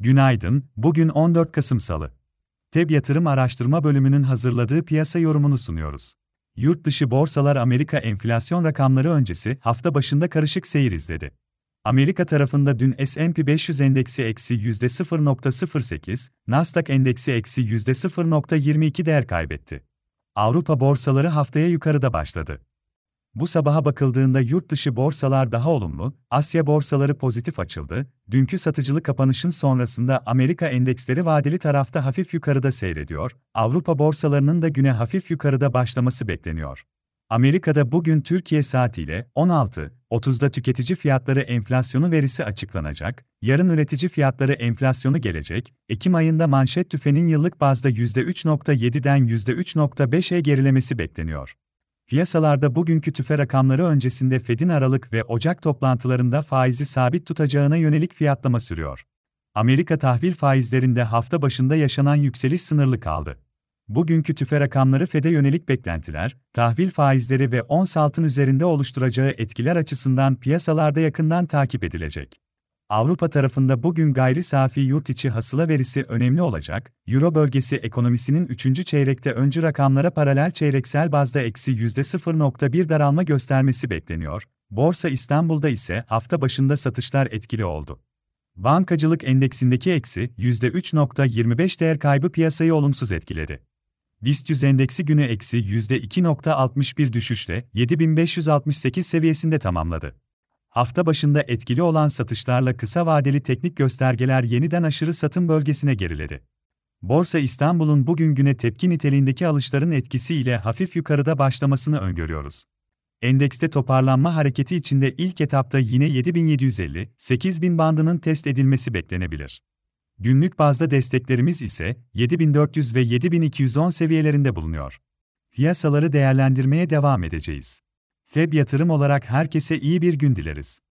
Günaydın, bugün 14 Kasım Salı. TEB Yatırım Araştırma Bölümünün hazırladığı piyasa yorumunu sunuyoruz. Yurt dışı borsalar Amerika enflasyon rakamları öncesi hafta başında karışık seyir izledi. Amerika tarafında dün S&P 500 endeksi eksi %0,08, Nasdaq endeksi eksi %0,22 değer kaybetti. Avrupa borsaları haftaya yukarıda başladı. Bu sabaha bakıldığında yurt dışı borsalar daha olumlu, Asya borsaları pozitif açıldı. Dünkü satıcılı kapanışın sonrasında Amerika endeksleri vadeli tarafta hafif yukarıda seyrediyor, Avrupa borsalarının da güne hafif yukarıda başlaması bekleniyor. Amerika'da bugün Türkiye saatiyle 16:30'da tüketici fiyatları enflasyonu verisi açıklanacak, yarın üretici fiyatları enflasyonu gelecek, Ekim ayında manşet tüfenin yıllık bazda %3,7'den %3,5'e gerilemesi bekleniyor. Piyasalarda bugünkü tüfe rakamları öncesinde Fed'in Aralık ve Ocak toplantılarında faizi sabit tutacağına yönelik fiyatlama sürüyor. Amerika tahvil faizlerinde hafta başında yaşanan yükseliş sınırlı kaldı. Bugünkü tüfe rakamları Fed'e yönelik beklentiler, tahvil faizleri ve ons altın üzerinde oluşturacağı etkiler açısından piyasalarda yakından takip edilecek. Avrupa tarafında bugün gayri safi yurt içi hasıla verisi önemli olacak, Euro bölgesi ekonomisinin 3. çeyrekte öncü rakamlara paralel çeyreksel bazda eksi %0,1 daralma göstermesi bekleniyor, Borsa İstanbul'da ise hafta başında satışlar etkili oldu. Bankacılık endeksindeki eksi %3,25 değer kaybı piyasayı olumsuz etkiledi. BIST 100 endeksi günü eksi %2,61 düşüşle 7568 seviyesinde tamamladı. Hafta başında etkili olan satışlarla kısa vadeli teknik göstergeler yeniden aşırı satım bölgesine geriledi. Borsa İstanbul'un bugün güne tepki niteliğindeki alışların etkisiyle hafif yukarıda başlamasını öngörüyoruz. Endekste toparlanma hareketi içinde ilk etapta yine 7750-8000 bandının test edilmesi beklenebilir. Günlük bazda desteklerimiz ise 7400 ve 7210 seviyelerinde bulunuyor. Piyasaları değerlendirmeye devam edeceğiz. TEB Yatırım olarak herkese iyi bir gün dileriz.